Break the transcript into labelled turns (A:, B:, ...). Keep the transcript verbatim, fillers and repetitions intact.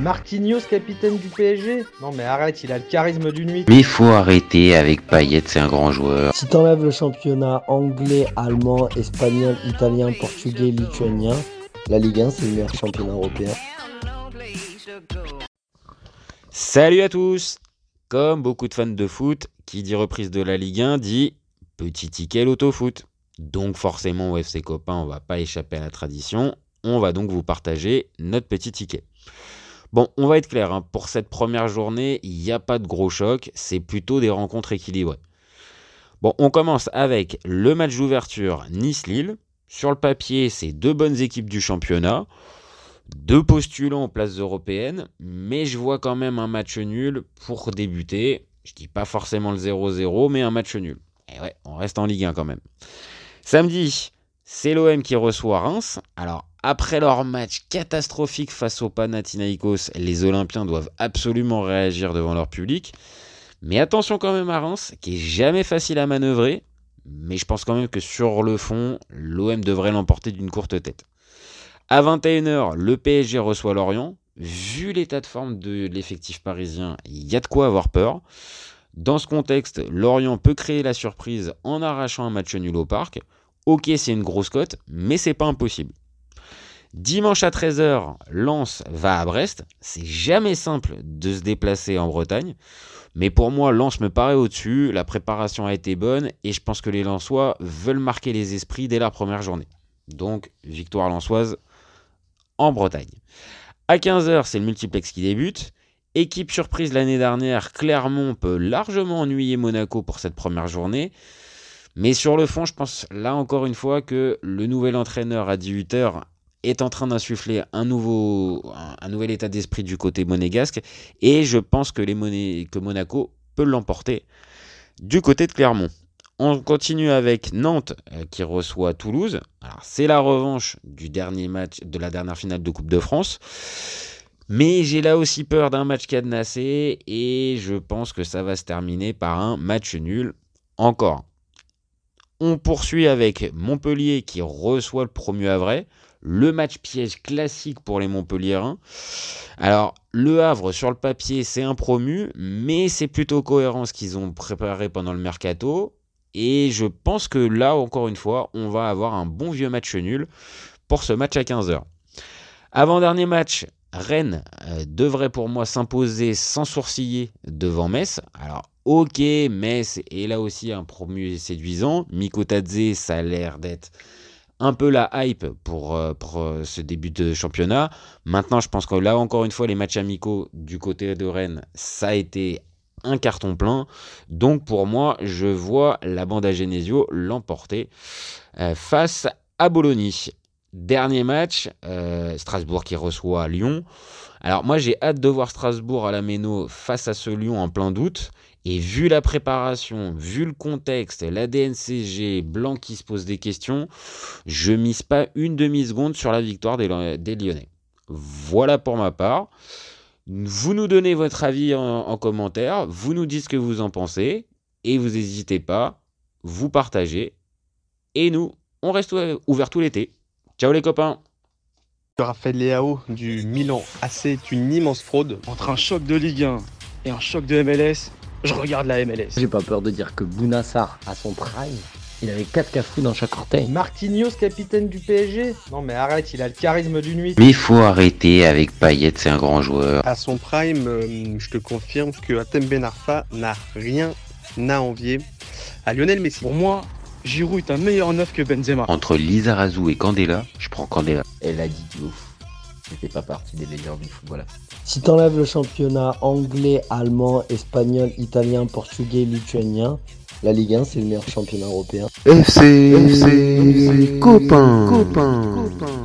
A: Marquinhos, capitaine du P S G? Non mais arrête, il a le charisme d'une nuit.
B: Mais il faut arrêter avec Payet, c'est un grand joueur.
C: Si t'enlèves le championnat anglais, allemand, espagnol, italien, portugais, lituanien, la Ligue un c'est le meilleur championnat européen.
D: Salut à tous! Comme beaucoup de fans de foot, qui dit reprise de la Ligue un dit petit ticket l'autofoot. Donc forcément au F C Copain, on va pas échapper à la tradition. On va donc vous partager notre petit ticket. Bon, on va être clair, hein, pour cette première journée, il n'y a pas de gros choc, c'est plutôt des rencontres équilibrées. Bon, on commence avec le match d'ouverture Nice-Lille. Sur le papier, c'est deux bonnes équipes du championnat, deux postulants aux places européennes, mais je vois quand même un match nul pour débuter. Je dis pas forcément le zéro zéro, mais un match nul. Et ouais, on reste en Ligue un quand même. Samedi, c'est l'O M qui reçoit Reims. Alors, après leur match catastrophique face au Panathinaïkos, les Olympiens doivent absolument réagir devant leur public. Mais attention quand même à Reims, qui est jamais facile à manœuvrer. Mais je pense quand même que sur le fond, l'O M devrait l'emporter d'une courte tête. À vingt et une heures, le P S G reçoit Lorient. Vu l'état de forme de l'effectif parisien, il y a de quoi avoir peur. Dans ce contexte, Lorient peut créer la surprise en arrachant un match nul au parc. Ok, c'est une grosse cote, mais c'est pas impossible. Dimanche à treize heures, Lens va à Brest. C'est jamais simple de se déplacer en Bretagne. Mais pour moi, Lens me paraît au-dessus. La préparation a été bonne et je pense que les Lensois veulent marquer les esprits dès la première journée. Donc, victoire lensoise en Bretagne. À quinze heures, c'est le multiplex qui débute. Équipe surprise l'année dernière, Clermont peut largement ennuyer Monaco pour cette première journée. Mais sur le fond, je pense là encore une fois que le nouvel entraîneur à dix-huit heures est en train d'insuffler un, nouveau, un, un nouvel état d'esprit du côté monégasque. Et je pense que, les Moné, que Monaco peut l'emporter du côté de Clermont. On continue avec Nantes euh, qui reçoit Toulouse. Alors, c'est la revanche du dernier match de la dernière finale de Coupe de France. Mais j'ai là aussi peur d'un match cadenassé et je pense que ça va se terminer par un match nul encore. On poursuit avec Montpellier qui reçoit le premier Havre. Le match piège classique pour les Montpelliérains. Alors, le Havre, sur le papier, c'est un promu, mais c'est plutôt cohérent ce qu'ils ont préparé pendant le mercato. Et je pense que là, encore une fois, on va avoir un bon vieux match nul pour ce match à quinze heures. Avant-dernier match, Rennes euh, devrait pour moi s'imposer sans sourciller devant Metz. Alors, ok, Metz est là aussi un promu séduisant. Mikotadze, ça a l'air d'être un peu la hype pour, euh, pour euh, ce début de championnat. Maintenant, je pense que là, encore une fois, les matchs amicaux du côté de Rennes, ça a été un carton plein. Donc, pour moi, je vois la bande à Genesio l'emporter euh, face à Bologna. Dernier match, euh, Strasbourg qui reçoit Lyon. Alors, moi, j'ai hâte de voir Strasbourg à la Méno face à ce Lyon en plein doute. Et vu la préparation, vu le contexte, l'A D N C G, Blanc qui se pose des questions, je mise pas une demi-seconde sur la victoire des, des Lyonnais. Voilà pour ma part. Vous nous donnez votre avis en, en commentaire, vous nous dites ce que vous en pensez, et vous n'hésitez pas, vous partagez. Et nous, on reste ouvert tout l'été. Ciao les copains!
E: Raphaël Leao du Milan A C est une immense fraude.
F: Entre un choc de Ligue un et un choc de M L S, je regarde la M L S.
C: J'ai pas peur de dire que Bouna Sarr, à son prime, il avait quatre cafous dans chaque orteil.
A: Marquinhos, capitaine du P S G? Non mais arrête, il a le charisme d'une nuit.
B: Mais il faut arrêter avec Payet, c'est un grand joueur.
E: À son prime, euh, je te confirme que Hatem Ben Arfa n'a rien à envier à Lionel Messi.
F: Pour moi, Giroud est un meilleur neuf que Benzema.
B: Entre Lizarazu et Candela, je prends Candela.
C: Elle a dit du ouf. C'était pas partie des meilleurs du football. Si t'enlèves le championnat anglais, allemand, espagnol, italien, portugais, lituanien, la Ligue un c'est le meilleur championnat européen.
B: F C, F C, Copain, Copain, Copain.